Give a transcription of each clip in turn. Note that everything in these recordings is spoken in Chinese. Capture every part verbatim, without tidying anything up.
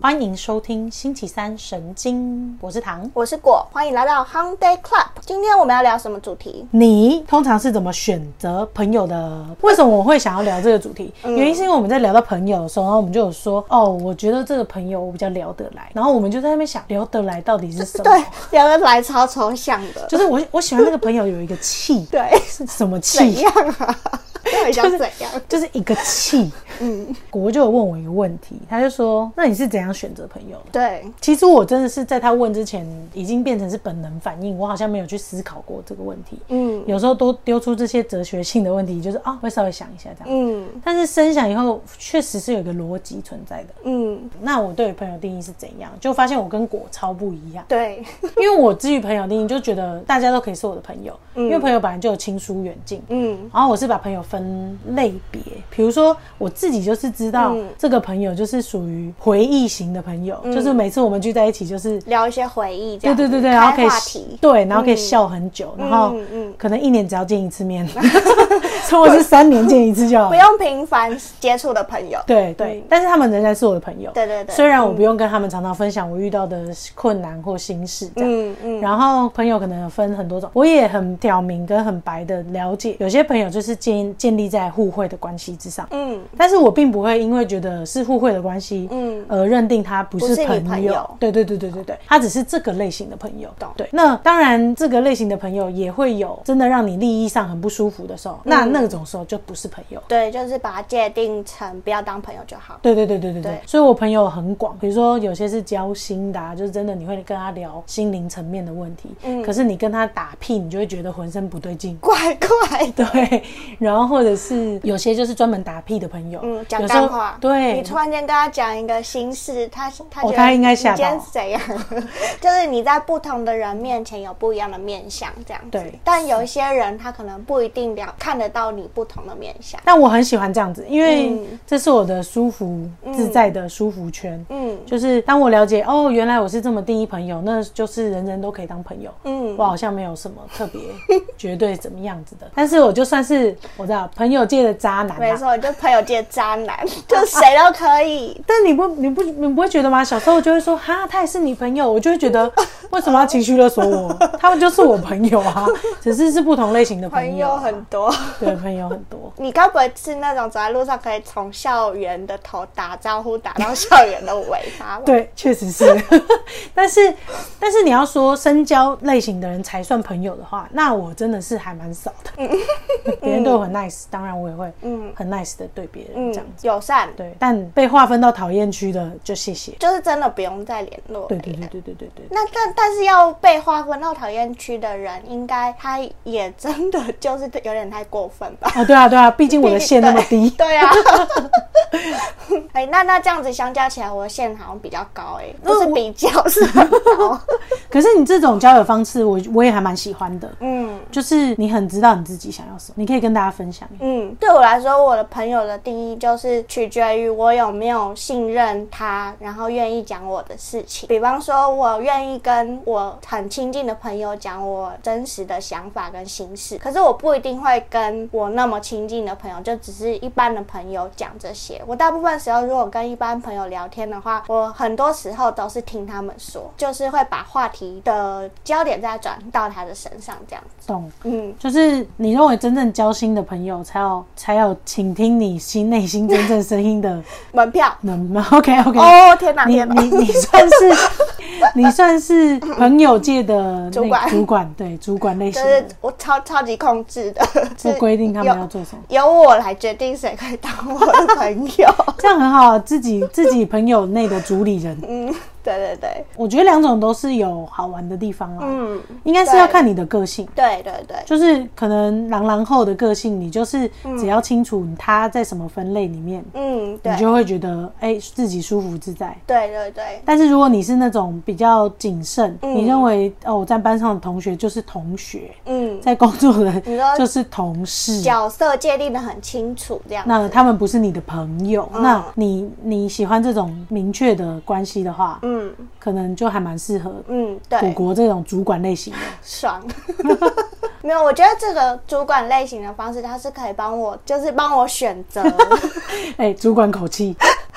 欢迎收听星期三神经，我是唐， 我是果，欢迎来到 Hyundai Club。今天我们要聊什么主题？ 你通常是怎么选择朋友的？为什么我会想要聊这个主题？嗯、原因是因为我们在聊到朋友的时候，然后我们就有说，哦，我觉得这个朋友我比较聊得来，然后我们就在那边想，聊得来到底是什么？ 对，聊得来超抽象的， 就是我我喜欢那个朋友有一个气， 对， 是什么气？ 怎样啊？到底想怎样？ 就是、就是一个气。嗯，国就有问我一个问题，他就说：“那你是怎样选择朋友的？” 对， 其实我真的是在他问之前，已经变成是本能反应，我好像没有去思考过这个问题。嗯，有时候都丢出这些哲学性的问题，就是啊，会稍微想一下这样。嗯，但是深想以后，确实是有一个逻辑存在的。嗯，那我对朋友定义是怎样？就发现我跟果超不一样。 对， 因为我至于朋友定义，就觉得大家都可以是我的朋友，嗯、因为朋友本来就有亲疏远近。嗯，然后我是把朋友分类别，比如说我自己就是知道。嗯、这个朋友就是属于回忆型的朋友、嗯、就是每次我们聚在一起就是聊一些回忆这样， 对对对对，然后可以对，然后可以笑很久、嗯、然后可能一年只要见一次面或者是三年见一次就好， 不用频繁接触的朋友， 对对、嗯、但是他们仍然是我的朋友， 对对对， 虽然我不用跟他们常常分享我遇到的困难或心事这样、嗯嗯、然后朋友可能有分很多种，我也很挑明跟很白的了解，有些朋友就是建建立在互惠的关系之上，嗯，但是我并不会因为觉得是互惠的关系，嗯，而认定他不是朋友， 不是你朋友， 对对对对对对，他只是这个类型的朋友，对。那当然，这个类型的朋友也会有真的让你利益上很不舒服的时候，嗯、那那种时候就不是朋友， 对，就是把它界定成不要当朋友就好。 对对对对对 对, 对。所以我朋友很广，比如说有些是交心的、啊，就是真的你会跟他聊心灵层面的问题，嗯，可是你跟他打屁，你就会觉得浑身不对劲， 怪怪的。 对，然后或者是有些就是专门打屁的朋友， 嗯，讲干话， 对。 你突然间跟他讲一个心事，他他觉得、 哦、他应该吓到， 你今天是怎样？就是你在不同的人面前有不一样的面相，这样子。 对。 但有一些人他可能不一定了看得到你不同的面相。 但我很喜欢这样子，因为这是我的舒服、嗯、自在的舒服圈。嗯。就是当我了解哦，原来我是这么定义朋友，那就是人人都可以当朋友。嗯。我好像没有什么特别绝对怎么样子的，但是我就算是我知道朋友界的渣男、啊。 没错，就朋友界的渣男，就谁都可以。 但你不你不你不会觉得吗？小时候就会说哈，他也是你朋友，我就会觉得为什么要情绪勒索我？他们就是我朋友啊，只是是不同类型的朋友、啊。 朋友很多， 对，朋友很多。 你该不会是那种走在路上可以从校园的头打招呼打到校园的尾巴吧？ 对，确实是。但是但是你要说深交类型的人才算朋友的话，那我真的是还蛮少的。嗯、别人对我很 nice，、嗯、当然我也会很 nice 的对别人这样子、 嗯、友善。 对，但被划分到讨厌区的就谢谢， 就是真的不用再联络。 对对对对对对对。 那但但是要被划分到讨厌区的人，应该他也真的就是有点太过分吧？ 哦，对啊对啊，毕竟我的线那么低。 对, 对啊。哎，那那这样子相加起来，我的线好像比较高哎、欸，不是比较是很高。 可是你这种交友方式我，我我也还蛮喜欢的。嗯，就是你很知道你自己想要什么，你可以跟大家分享。 嗯，对我来说，我的朋友的定义就是取决于我有没有信任他，然后愿意讲我的事情。比方说，我愿意跟我很亲近的朋友讲我真实的想法跟心事，可是我不一定会跟我那么亲近的朋友，就只是一般的朋友讲这些。我大部分时候如果跟一般朋友聊天的话，我很多时候都是听他们说，就是会把话题的焦点再转到他的身上，这样子。 懂，嗯，就是你认为真正交心的朋友才有才有倾听你心内心真正声音的门票。 能 OK OK。 哦天哪天哪， 你你你算是你算是朋友界的主管主管对主管类型的， 就是我超超级控制的， 不规定他们要做什么， 由我来决定谁可以当我的朋友。 这样很好，自己自己朋友内的主理人。嗯。 对对对， 我觉得两种都是有好玩的地方啊。嗯，应该是要看你的个性。 对对对， 就是可能狼狼后的个性，你就是只要清楚他在什么分类里面，嗯，对，你就会觉得哎、欸、自己舒服自在。 对对对。 但是如果你是那种比较谨慎，嗯、你认为哦我在班上的同学就是同学，嗯，在工作的就是同事， 角色界定的很清楚，这样子。 那他们不是你的朋友，嗯、那你你喜欢这种明确的关系的话，嗯。嗯，可能就还蛮适合，嗯，对，古国这种主管类型的， 爽。没有，我觉得这个主管类型的方式，它是可以帮我，就是帮我选择。 哎、欸，主管口气。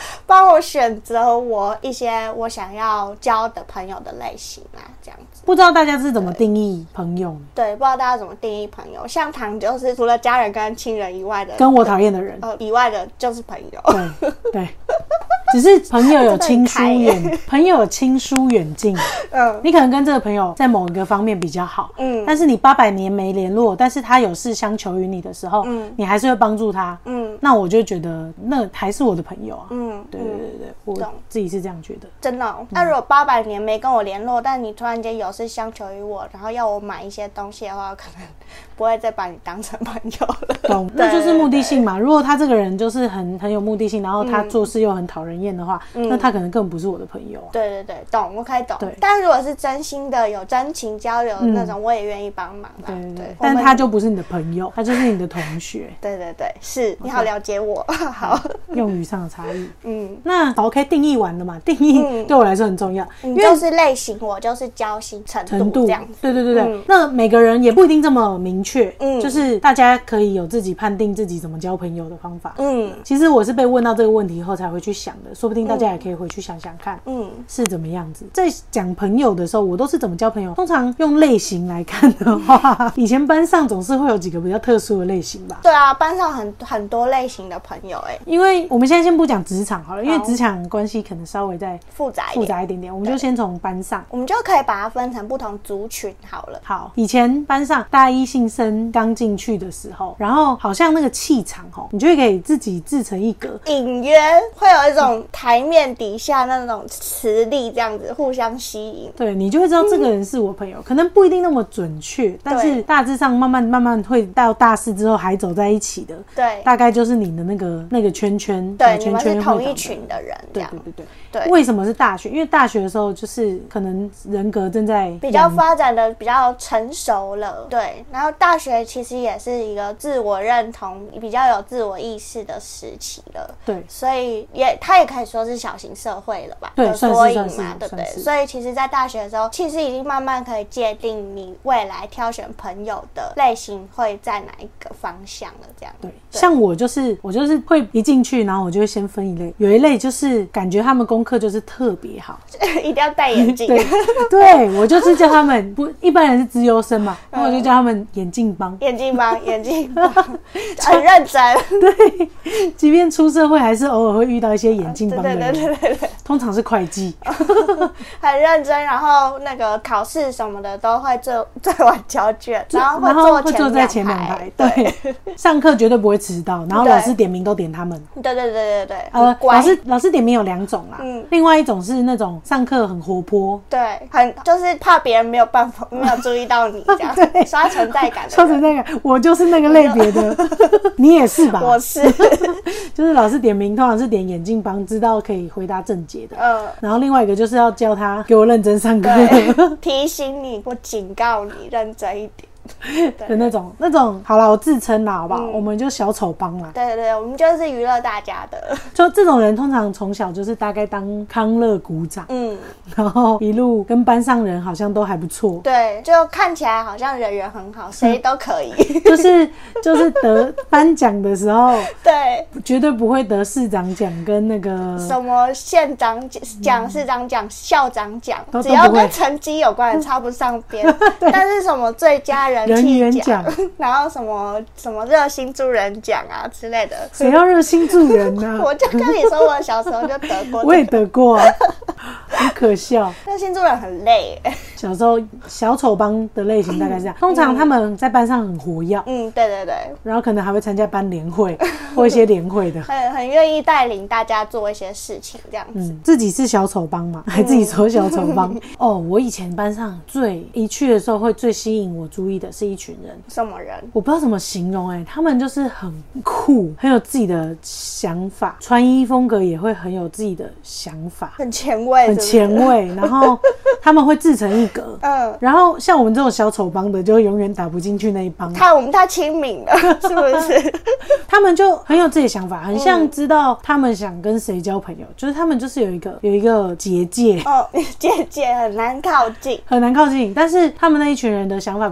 帮我选择我一些我想要交的朋友的类型啊，这样子。 不知道大家是怎么定义朋友？ 对，不知道大家怎么定义朋友。像唐就是除了家人跟亲人以外的， 跟我讨厌的人呃以外的就是朋友。 对对。只是朋友有亲疏远，朋友有亲疏远近。嗯，你可能跟这个朋友在某一个方面比较好，嗯，但是你八百年没联络，但是他有事相求于你的时候，嗯，你还是会帮助他，嗯，那我就觉得那还是我的朋友啊，嗯，对对对对，我自己是这样觉得。 真的、哦，那、嗯、如果八百年没跟我联络，但你突然间有事相求于我，然后要我买一些东西的话，可能不会再把你当成朋友了。 懂，那就是目的性嘛。如果他这个人就是很很有目的性，然后他做事又很讨人厌的话，嗯、那他可能根本不是我的朋友、啊。 对对对，懂，我可以懂。对，但如果是真心的有真情交流的那种，嗯、我也愿意帮忙啦。 对对对，但他就不是你的朋友，他就是你的同学。 对对对，是你好了解我。好， 用语上的差异。嗯，那 OK 定义完了嘛？定义对我来说很重要， 嗯、因为就是类型，我就是交心程度程度这样子。 对对对对，嗯、那每个人也不一定这么明确。嗯，就是大家可以有自己判定自己怎么交朋友的方法。嗯，其实我是被问到这个问题以后才回去想的，说不定大家也可以回去想想看，嗯，是怎么样子。在讲朋友的时候，我都是怎么交朋友？通常用类型来看的话，以前班上总是会有几个比较特殊的类型吧？ 对啊，班上很很多类型的朋友、欸，哎， 因为我们现在先不讲职场好了，因为职场关系可能稍微再复杂复杂一点点，我们就先从班上， 我们就可以把它分成不同族群好了。 好，以前班上大一新生刚进去的时候，然后好像那个气场哦，你就会给自己自成一格， 隐约会有一种台面底下那种磁力，这样子互相吸引。 对，你就会知道这个人是我朋友，嗯、可能不一定那么准确，但是大致上慢慢慢慢会到大四之后还走在一起的，对，大概就是你的那个那个圈圈， 对， 圈圈你们是同一群的人， 对对对对对。为什么是大学？因为大学的时候就是可能人格正在比较发展的比较成熟了，对。然后大学其实也是一个自我认同比较有自我意识的时期了，对，所以也它也可以说是小型社会了吧， 对， 算是算是嘛，对不对？ 所所以其实，在大学的时候，其实已经慢慢可以界定你未来挑选朋友的类型会在哪一个方向了，这样。 对，像我就是我就是会一进去，然后我就会先分一类，有一类就是感觉他们功课就是特别好， 一定要戴眼镜。 对，对我就是叫他们不，一般人是资优生嘛，那、嗯、我就叫他们眼镜帮， 眼镜帮，眼镜帮，很认真。 对，即便出社会，还是偶尔会遇到一些眼镜帮的人， 对对对对对， 通常是会计， 很认真，然后那个考试什么的都会做最晚交卷，然后会坐前坐在前两排，对，上课绝对不会迟到，然后老师点名都点他们。 对对对对对， 呃，老师老师点名有两种啦，嗯，另外一种是那种上课很活泼， 对，很就是怕别人没有办法没有注意到你这样，对，刷存在感的， 刷存在感，我就是那个类别的，你也是吧？ 我是， 就是老师点名通常是点眼镜帮，知道可以回答正解的，嗯，然后另外一个就是要教他给我认真上课， 提醒你，我警告你，认真一点。 的那种那种好啦，我自称啦，好不好、嗯？我们就小丑帮啦。 对对对，我们就是娱乐大家的。 就这种人，通常从小就是大概当康乐股长，嗯，然后一路跟班上人好像都还不错。 对，就看起来好像人缘很好，谁都可以。 就是就是得颁奖的时候， 对， 绝对不会得市长奖跟那个什么县长奖、市长奖、校长奖，只要跟成绩有关的插不上边。但是什么最佳人人缘奖， 然后什么什么热心助人奖啊之类的， 谁要热心助人呢、啊？ 我就跟你说，我小时候就得过、這個， 我也得过啊，很可笑。 热心助人很累， 小时候小丑帮的类型大概是这样，通常他们在班上很活跃， 嗯，对对对，然后可能还会参加班联会或一些联会的， 很很愿意带领大家做一些事情这样子。嗯， 自己是小丑帮嘛，还自己说小丑帮、嗯、哦。我以前班上最一去的时候会最吸引我注意的是一群人， 什么人？ 我不知道怎么形容哎、欸，他们就是很酷，很有自己的想法，穿衣风格也会很有自己的想法， 很前卫， 很前卫。然后他们会自成一格，嗯，然后像我们这种小丑帮的，就永远打不进去那一帮。 看我们太亲民了，是不是？ 他们就很有自己的想法，很像知道他们想跟谁交朋友，嗯、就是他们就是有一个有一个结界， 哦，结界很难靠近， 很难靠近。但是他们那一群人的想法，比如说他们。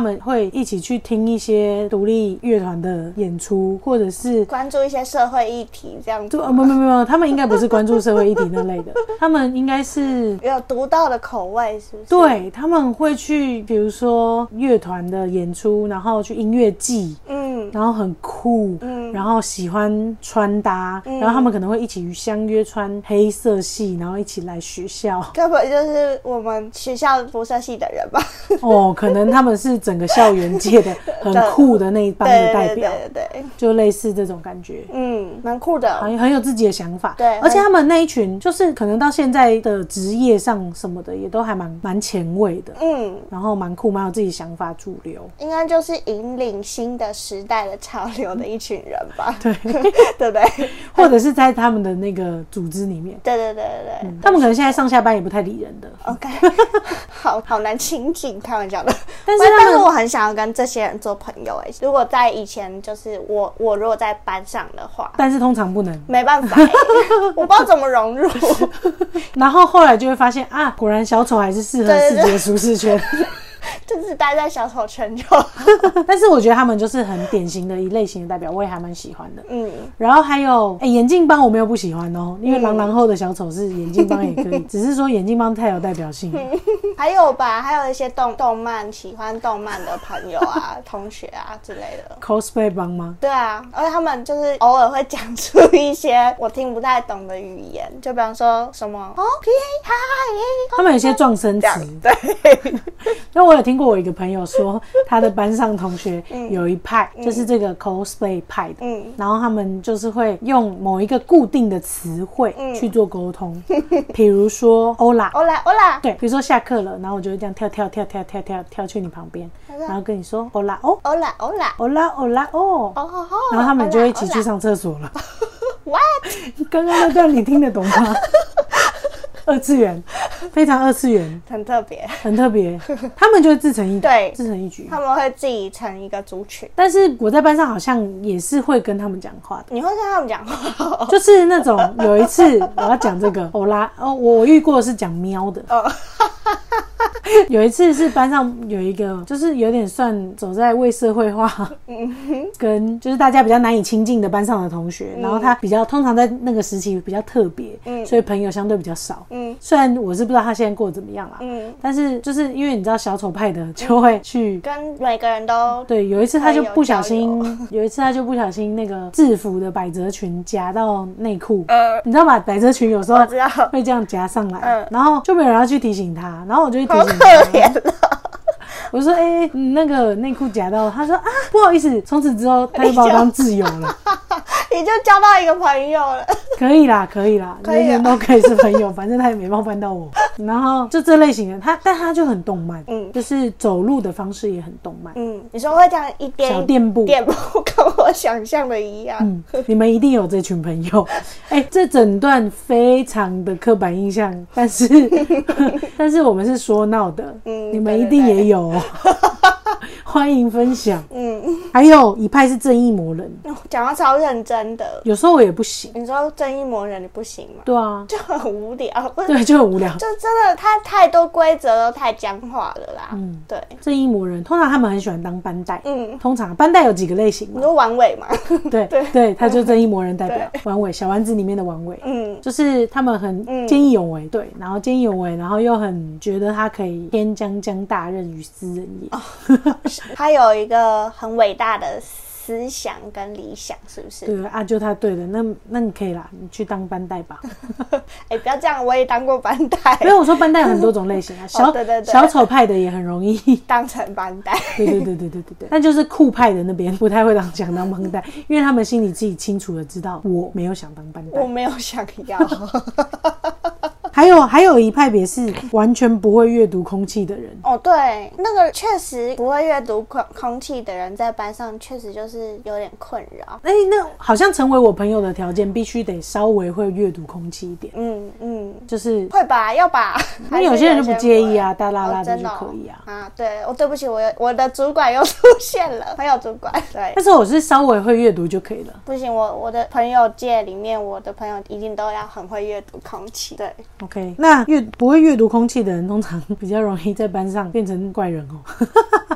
们会一起去听一些独立乐团的演出，或者是关注一些社会议题这样子。 对，没有没有，他们应该不是关注社会议题那类的，他们应该是有独到的口味，是不是？ 对，他们会去，比如说乐团的演出，然后去音乐季，嗯，然后很酷，嗯，然后喜欢穿搭，嗯，然后他们可能会一起相约穿黑色系，然后一起来学校。 该不会就是我们学校辐射系的人吧？ 哦，可能他们是整个校园界的很酷的那一帮的代表， 对对 对, 对, 对， 就类似这种感觉， 嗯，蛮酷的， 很很有自己的想法， 对， 而且他们那一群就是可能到现在的职业上什么的也都还蛮蛮前卫的，嗯，然后蛮酷，蛮有自己想法，主流， 应该就是引领新的时代的潮流的一群人吧， 对， 对不对？ 或者是在他们的那个组织里面， 对对对对对、 嗯，他们可能现在上下班也不太理人的 ，OK， 好好难亲近，开玩笑的， 但是但是我很想要跟这些人做朋友哎、欸，如果在以前就是我我如果在班上的话， 但是通常不能， 没办法、欸，我不知道怎么融入， 然后后来就会发现啊，果然小丑还是适合自己的舒适圈。 就是待在小丑圈就好但是我觉得他们就是很典型的一类型的代表，我也还蛮喜欢的。嗯，然后还有哎、欸，眼镜帮我没有不喜欢哦，因为狼狼后的小丑是眼镜帮也可以，嗯、只是说眼镜帮太有代表性了、嗯。 还有吧，还有一些动动漫喜欢动漫的朋友啊、同学啊之类的 ，cosplay 帮吗？ 对啊，而且他们就是偶尔会讲出一些我听不太懂的语言，就比方说什么哦屁嗨， 他们有些撞声词， 对。 因为我有听过我一个朋友说，他的班上同学有一派、嗯、就是这个 cosplay 派的、嗯，然后他们就是会用某一个固定的词汇去做沟通，比、嗯、如说欧啦欧啦欧啦， 对，比如说下课了，然后我就会这样跳跳跳跳跳跳跳去你旁边，然后跟你说欧啦哦欧啦欧啦欧啦欧啦哦，然后他们就会一起去上厕所了。 What？ 刚刚那段你听得懂吗？二次元，非常二次元， 很特别， 很特别。他们就会自成一对， 自成一局， 他们会自己成一个族群。 但是我在班上好像也是会跟他们讲话的。 你会跟他们讲话？ 就是那种有一次我要讲这个，欧啦哦，我遇过是讲喵的。哦有一次是班上有一个，就是有点算走在为社会化，跟就是大家比较难以亲近的班上的同学，然后他比较通常在那个时期比较特别，所以朋友相对比较少。虽然我是不知道他现在过得怎么样啦，但是就是因为你知道小丑派的就会去跟每个人都对。有一次他就不小心，有一次他就不小心那个制服的百褶裙夹到内裤，你知道吧？百褶裙有时候会这样夹上来，然后就没有人要去提醒他，然后我就去提醒他。 可怜了， 我说：“哎、欸，你那个内裤夹到了。”他说：“啊，不好意思。”从此之后，他就把我当挚友了。 你就交到一个朋友了。可以啦，可以啦，人人都可以是朋友，反正他也没冒犯到我。然后就这类型的他，但他就很动漫，嗯，就是走路的方式也很动漫， 嗯，你说会这样一颠小垫步， 垫步跟我想象的一样， 嗯，你们一定有这群朋友。哎、欸，这整段非常的刻板印象，但是但是我们是说闹的，嗯，你们一定也有、哦。欢迎分享。嗯，还有一派是正义魔人， 讲到超认真的， 有时候我也不行。 你说正义魔人你不行吗？ 对啊， 就很无聊。 对，就很无聊， 就真的他太多规则都太僵化了啦。嗯，对。 正义魔人通常他们很喜欢当班代，嗯，通常班代有几个类型嘛？ 你说王伟嘛？ 对对对，他就正义魔人代表王伟，小丸子里面的王伟。嗯，就是他们很见义勇为，对，然后见义勇为，然后又很觉得他可以天将降大任于斯人也。哦他有一个很伟大的思想跟理想，是不是？ 对啊，就他对的，那那你可以啦，你去当班代吧。 哎、欸，不要这样，我也当过班代。 没有，我说班代有很多种类型啊，小、哦、对对对小丑派的也很容易当成班代。 对对对对对对对，但就是酷派的那边不太会当想当班代，因为他们心里自己清楚的知道，我没有想当班代， 我没有想要。 还有还有一派别是完全不会阅读空气的人哦，对，那个确实不会阅读空空气的人在班上确实就是有点困扰。 哎、欸，那好像成为我朋友的条件必须得稍微会阅读空气一点。嗯嗯，就是会吧，要吧。 那有些人就不介意啊，大啦啦的就可以啊。 哦哦、啊，对，我对不起，我我的主管又出现了，朋友主管。对， 但是我是稍微会阅读就可以了。 不行，我我的朋友界里面，我的朋友一定都要很会阅读空气。对。 OK， 那阅不会阅读空气的人，通常比较容易在班上变成怪人哦。 对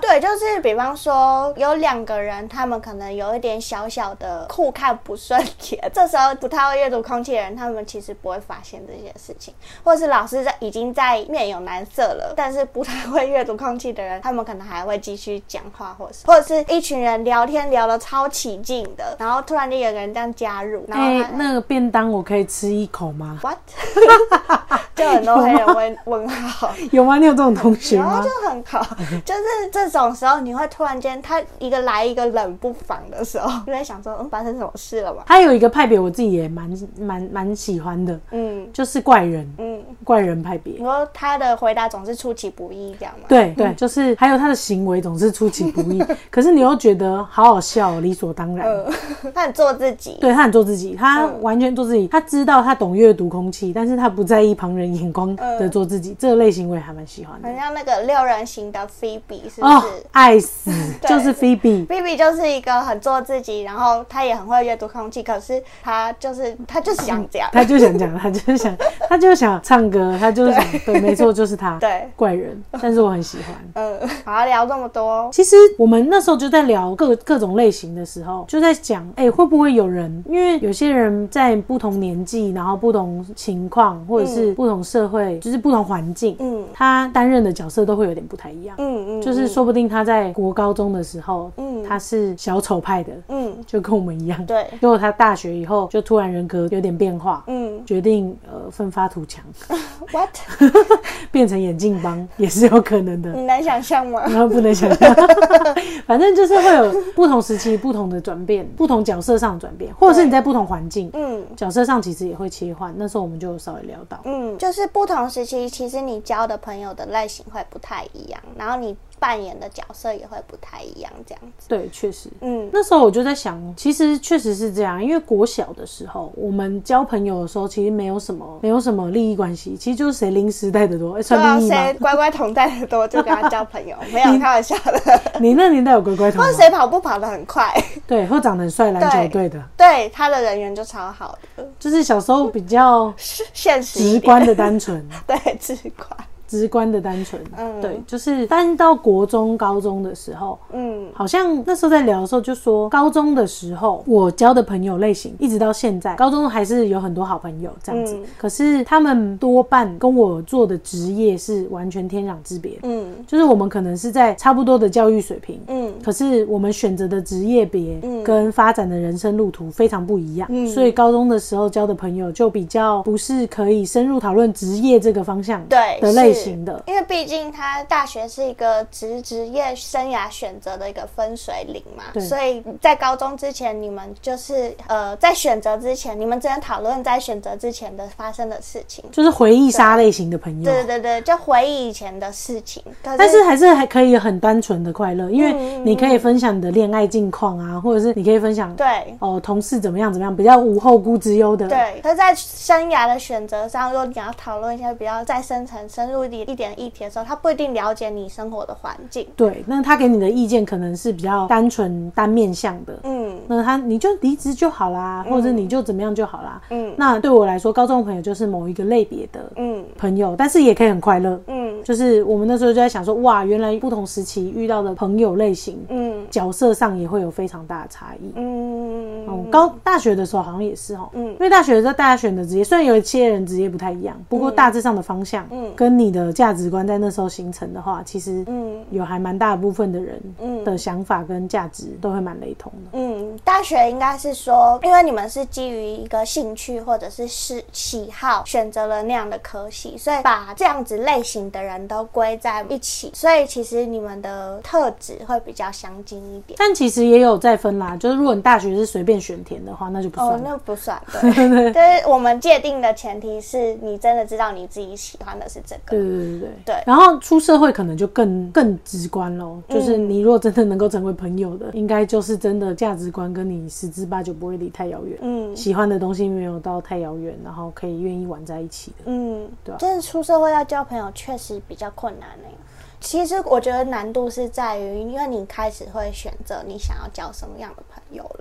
对，就是比方说有两个人，他们可能有一点小小的互看不顺眼，这时候不太会阅读空气的人，他们其实不会发现这些事情，或者是老师在已经在面有难色了，但是不太会阅读空气的人，他们可能还会继续讲话，或者是或者是一群人聊天聊得超起劲的，然后突然间有个人这样加入，然后、 欸、那个便当我可以吃一口吗 ？What？ 就很多黑人问问号， 有吗？你有这种同学吗？ 就很好，就是这种时候你会突然间他一个来一个冷不防的时候，就在想说嗯发生什么事了吧。 还有一个派别我自己也蛮蛮蛮喜欢的，嗯，就是怪人，嗯，怪人派别。 你说他的回答总是出其不意这样吗？ 对对，嗯、就是还有他的行为总是出其不意，可是你又觉得好好笑，理所当然。 嗯，他很做自己， 对他很做自己，他完全做自己，他知道他懂阅读空气，但是他不在意旁人眼光的做自己，嗯、这个类型我也还蛮喜欢的。 很像那个六人行的 Phoebe， 是不是？ 哦，爱死，就是 Phoebe。Phoebe 就是一个很做自己，然后他也很会阅读空气，可是他就是他就是想讲， 他就想讲，他就是想，他就想唱歌，他就是想，对，对没错，就是他， 对， 怪人，但是我很喜欢。 嗯，好，聊这么多， 其实我们那时候就在聊各各种类型的时候，就在讲，哎、欸，会不会有人，因为有些人在不同年纪，然后不同情况，或者是不同社会，嗯、就是不同环境，嗯，他担任的角色都会有点不太一样，嗯嗯，就是说不定他在国高中的时候，嗯，他是小丑派的，嗯，就跟我们一样， 对， 结果他大学以后就突然人格有点变化，嗯，决定呃奋发图强 ，what， 变成眼镜帮也是有可能的， 你能想象吗？ 然后不能想象，反正就是会有不同时期不同的转变，不同角色上的转变，或者是你在不同环境，嗯，角色上其实也会切换。那时候我们就稍微聊到， 嗯，就是不同时期，其实你交的朋友的类型会不太一样，然后你扮演的角色也会不太一样，这样子。 对，确实，嗯，那时候我就在想，其实确实是这样，因为国小的时候，我们交朋友的时候，其实没有什么，没有什么利益关系，其实就是谁零食带的多，算利益吗？ 谁乖乖桶带的多就跟他交朋友，没有开玩笑的。 你那年代有乖乖桶吗？ 或者谁跑步跑得很快， 对，或长得很帅，篮球队的， 对，他的人缘就超好的， 就是小时候比较现实、 直观的单纯， 对，直观。 直观的单纯，嗯，对，就是但到国中高中的时候，嗯，好像那时候在聊的时候就说，高中的时候我交的朋友类型一直到现在，高中还是有很多好朋友这样子，嗯，可是他们多半跟我做的职业是完全天壤之别，嗯，就是我们可能是在差不多的教育水平，嗯，可是我们选择的职业别跟发展的人生路途非常不一样，嗯，所以高中的时候交的朋友就比较不是可以深入讨论职业这个方向对的类型的， 因为毕竟他大学是一个职职业生涯选择的一个分水岭嘛，所以在高中之前你们就是呃在选择之前，你们只能讨论在选择之前的发生的事情， 就是回忆杀类型的朋友， 对对对，就回忆以前的事情， 但是还是还可以很单纯的快乐，因为你可以分享你的恋爱近况啊，或者是你可以分享对哦同事怎么样怎么样，比较无后顾之忧的， 对。可是在生涯的选择上，如果你要讨论一些比较再深层深入一点一点议题的时候，他不一定了解你生活的环境， 对，那他给你的意见可能是比较单纯单面向的，嗯，那他你就离职就好啦，嗯，或者你就怎么样就好啦，嗯，那对我来说，高中的朋友就是某一个类别的嗯朋友，但是也可以很快乐，嗯，就是我们那时候就在想说，哇，原来不同时期遇到的朋友类型，嗯，角色上也会有非常大的差异，嗯，嗯高大学的时候好像也是哦，嗯，因为大学的时候大家选的职业，虽然有一些人职业不太一样，不过大致上的方向，嗯，跟你的价值观在那时候形成的话，其实嗯有还蛮大部分的人的想法跟价值都会蛮雷同的。 嗯，大学应该是说，因为你们是基于一个兴趣或者是是喜好选择了那样的科系，所以把这样子类型的人都归在一起，所以其实你们的特质会比较相近一点。 但其实也有再分啦，就是如果你大学是随便选填的话，那就不算。 哦，那不算。对，就是我们界定的前提是你真的知道你自己喜欢的是这个。 对对对对对。 然后出社会可能就更更直观咯，就是你如果真的能够成为朋友的，嗯，应该就是真的价值观跟你十之八九不会离太遥远，嗯，喜欢的东西没有到太遥远，然后可以愿意玩在一起的，嗯，对吧？ 真的出社会要交朋友确实比较困难欸。其实我觉得难度是在于，因为你开始会选择你想要交什么样的朋友了。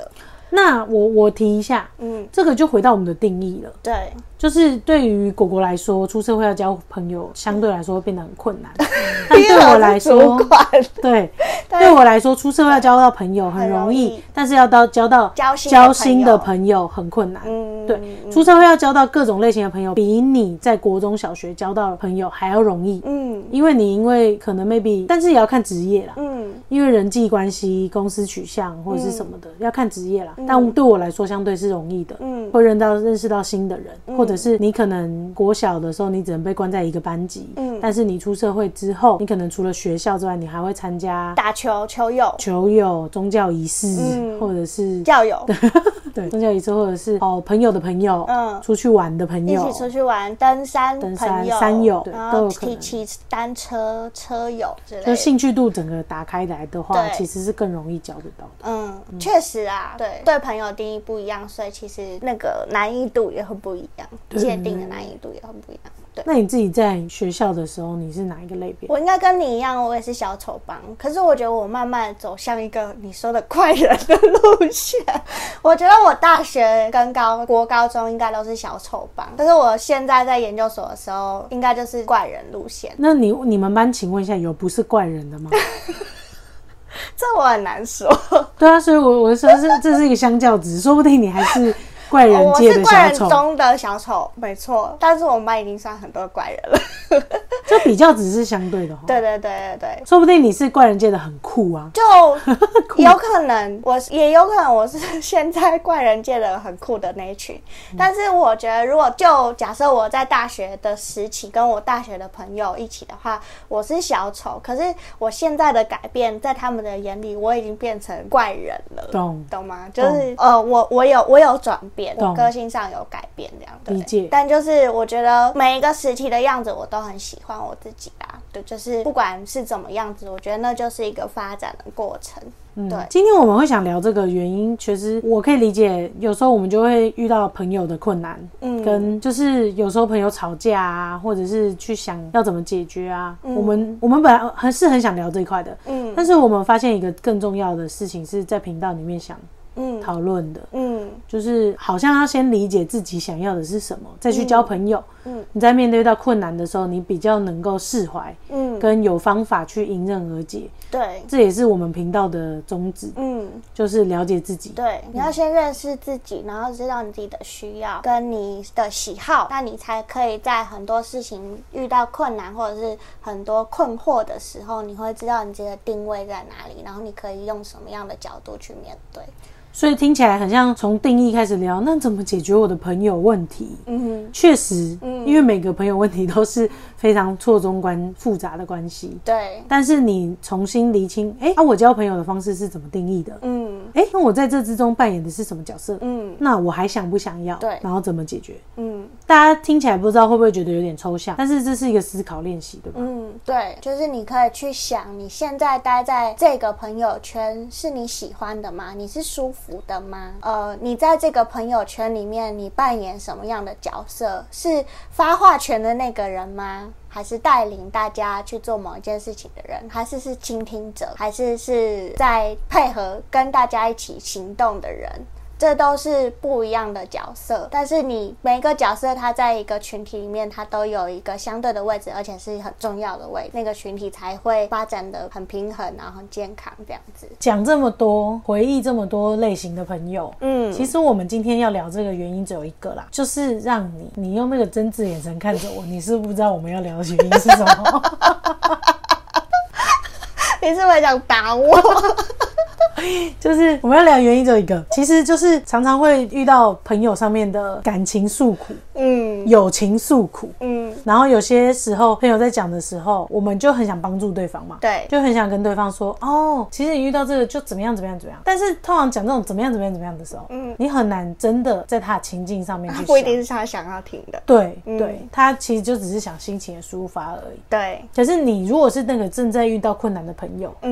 那我我提一下，嗯，这个就回到我们的定义了。 对， 就是对于果果来说，出社会要交朋友，相对来说会变得很困难。但对我来说，对，对我来说，出社会要交到朋友很容易，容易但是要到交到交心的朋友很困难。嗯，对，出社会要交到各种类型的朋友，比你在国中小学交到的朋友还要容易。嗯，因为你因为可能 maybe， 但是也要看职业啦。嗯，因为人际关系、公司取向或者是什么的，嗯、要看职业啦。嗯、但对我来说，相对是容易的。嗯，会认到认识到新的人，嗯、或者是你可能国小的时候，你只能被关在一个班级。嗯，但是你出社会之后，你可能除了学校之外，你还会参加打球、球友、 球友、宗教仪式，嗯、或者是教友。 对，宗教仪式或者是哦朋友的朋友，嗯，出去玩的朋友， 一起出去玩，登山、 登山、山友，对，都有可能。 骑单车、车友之类的， 就兴趣度整个打开来的话，其实是更容易交得到的。 嗯，确、嗯、实啊，对，对朋友定义不一样，所以其实那个难易度也会不一样，界定的难易度也会不一样。对， 那你自己在学校的时候，你是哪一个类别？ 我应该跟你一样，我也是小丑帮。可是我觉得我慢慢走向一个你说的怪人的路线。我觉得我大学跟高国高中应该都是小丑帮，但是我现在在研究所的时候，应该就是怪人路线。 那你你们班，请问一下，有不是怪人的吗？ 这我很难说。 对啊，所以我我说是这是一个相较值，说不定你还是。怪人界的小丑， 我是怪人中的小丑，没错。但是我们班已经算很多怪人了， 就比较只是相对的。 对对对对对， 说不定你是怪人界的很酷啊， 就有可能，我也有可能我是现在怪人界的很酷的那一群。嗯、但是我觉得，如果就假设我在大学的时期跟我大学的朋友一起的话，我是小丑，可是我现在的改变，在他们的眼里，我已经变成怪人了，懂懂吗？就是呃，我我有我有转变。我个性上有改变，这样对，理解。但就是我觉得每一个时期的样子，我都很喜欢我自己啦。对，就是不管是怎么样子，我觉得那就是一个发展的过程。嗯，对。 今天我们会想聊这个原因，其实我可以理解，有时候我们就会遇到朋友的困难，嗯，跟就是有时候朋友吵架啊，或者是去想要怎么解决啊。嗯、我们我们本来还是很想聊这一块的，嗯，但是我们发现一个更重要的事情是在频道里面想。嗯，讨论的，嗯，就是好像要先理解自己想要的是什么，再去交朋友。嗯，你在面对到困难的时候，你比较能够释怀，嗯，跟有方法去迎刃而解。 对， 这也是我们频道的宗旨。嗯，就是了解自己。 对，你要先认识自己，然后知道你自己的需要跟你的喜好，那你才可以在很多事情遇到困难或者是很多困惑的时候，你会知道你自己的定位在哪里，然后你可以用什么样的角度去面对。 所以听起来很像从定义开始聊，那怎么解决我的朋友问题？嗯哼，确实，嗯，因为每个朋友问题都是非常错综关复杂的关系。 对， 但是你重新厘清，哎，啊，我交朋友的方式是怎么定义的？嗯，哎，那我在这之中扮演的是什么角色？嗯，那我还想不想要？ 对， 然后怎么解决？嗯，大家听起来不知道会不会觉得有点抽象，但是这是一个思考练习，对吧？ 嗯，对，就是你可以去想，你现在待在这个朋友圈是你喜欢的吗？你是舒服的吗？呃，你在这个朋友圈里面，你扮演什么样的角色？是发话权的那个人吗？还是带领大家去做某一件事情的人？还是是倾听者？还是是在配合跟大家一起行动的人？这都是不一样的角色，但是你每一个角色它在一个群体里面，它都有一个相对的位置，而且是很重要的位置，那个群体才会发展得很平衡，然后很健康这样子。 讲这么多，回忆这么多类型的朋友，嗯，其实我们今天要聊这个原因只有一个啦，就是让你你用那个真挚眼神看着我，你是不是不知道我们要聊的原因是什么？ 你是不是想打我？ 就是我们要聊原因只有一个，其实就是常常会遇到朋友上面的感情诉苦，嗯，友情诉苦，嗯，然后有些时候朋友在讲的时候，我们就很想帮助对方嘛， 对， 就很想跟对方说，哦，其实你遇到这个就怎么样怎么样怎么样，但是通常讲这种怎么样怎么样怎么样的时候，嗯，你很难真的在他的情境上面去想， 不一定是他想要听的， 对、嗯、对，他其实就只是想心情的抒发而已， 对。 可是你如果是那个正在遇到困难的朋友，嗯，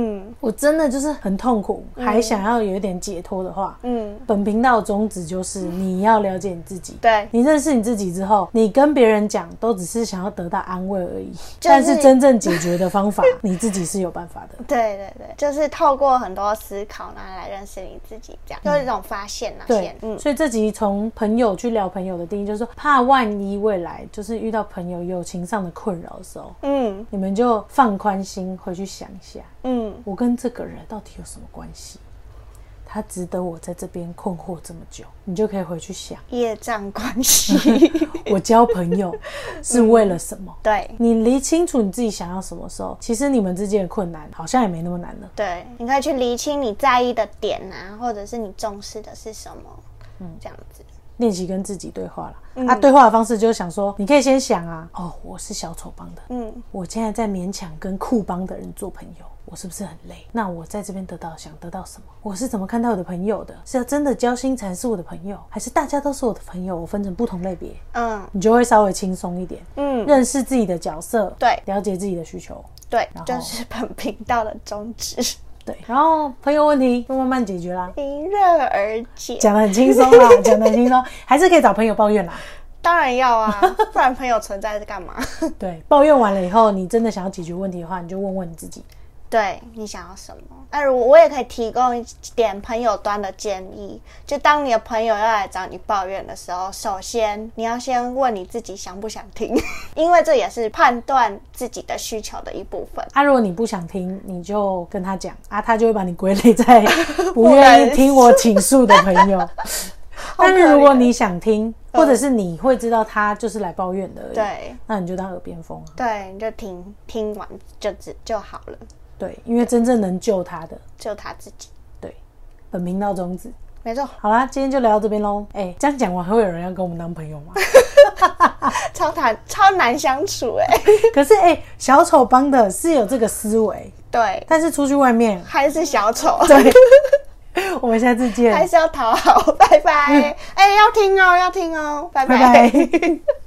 我真的就是很痛苦、嗯、还想要有一点解脱的话，嗯，本频道的宗旨就是你要了解你自己， 对， 你认识你自己之后，你跟别人讲都只是想要得到安慰而已、就是、但是真正解决的方法你自己是有办法的。 对对对，就是透过很多思考然后来认识你自己，这样、嗯、就是一种发现啊。 对、嗯、所以这集从朋友去聊朋友的定义，就是说怕万一未来就是遇到朋友友情上的困扰的时候，嗯，你们就放宽心回去想一下，嗯，我跟这个人到底有什么关系？他值得我在这边困惑这么久？你就可以回去想业障关系我交朋友是为了什么、嗯、 对， 你理清楚你自己想要什么时候，其实你们之间的困难好像也没那么难了。 对，你可以去理清你在意的点啊，或者是你重视的是什么，嗯，这样子练习跟自己对话啦、嗯、啊，对话的方式就是想说，你可以先想啊，哦，我是小丑帮的，嗯，我现在在勉强跟酷帮的人做朋友，我是不是很累？那我在这边得到想得到什么？我是怎么看待我的朋友的？是要真的交心才是我的朋友，还是大家都是我的朋友？我分成不同类别，嗯，你就会稍微轻松一点，嗯，认识自己的角色，对，了解自己的需求， 对，就是本频道的宗旨。 对，然后朋友问题就慢慢解决啦， 迎刃而解， 讲得很轻松啦，讲得很轻松，还是可以找朋友抱怨啦。 当然要啊，不然朋友存在是干嘛？ 对，抱怨完了以后，你真的想要解决问题的话，你就问问你自己， 对，你想要什么？那如果我也可以提供一点朋友端的建议，就当你的朋友要来找你抱怨的时候，首先你要先问你自己想不想听，因为这也是判断自己的需求的一部分。 啊，如果你不想听，你就跟他讲啊，他就会把你归类在不愿意听我倾诉的朋友。但是如果你想听，或者是你会知道他就是来抱怨的而已，对，那你就当耳边风啊。 对，你就听听完就只就好了。 对，因为真正能救他的就他自己。 对，本频道宗旨没错。 好啦，今天就聊到这边咯。哎、欸，这样讲完还会有人要跟我们当朋友吗？ 超难超难相处哎、 欸。可是哎、欸，小丑帮的是有这个思维， 对，但是出去外面还是小丑。 对。我们下次见， 还是要讨好，拜拜。哎、嗯欸，要听哦，要听哦，拜拜。拜拜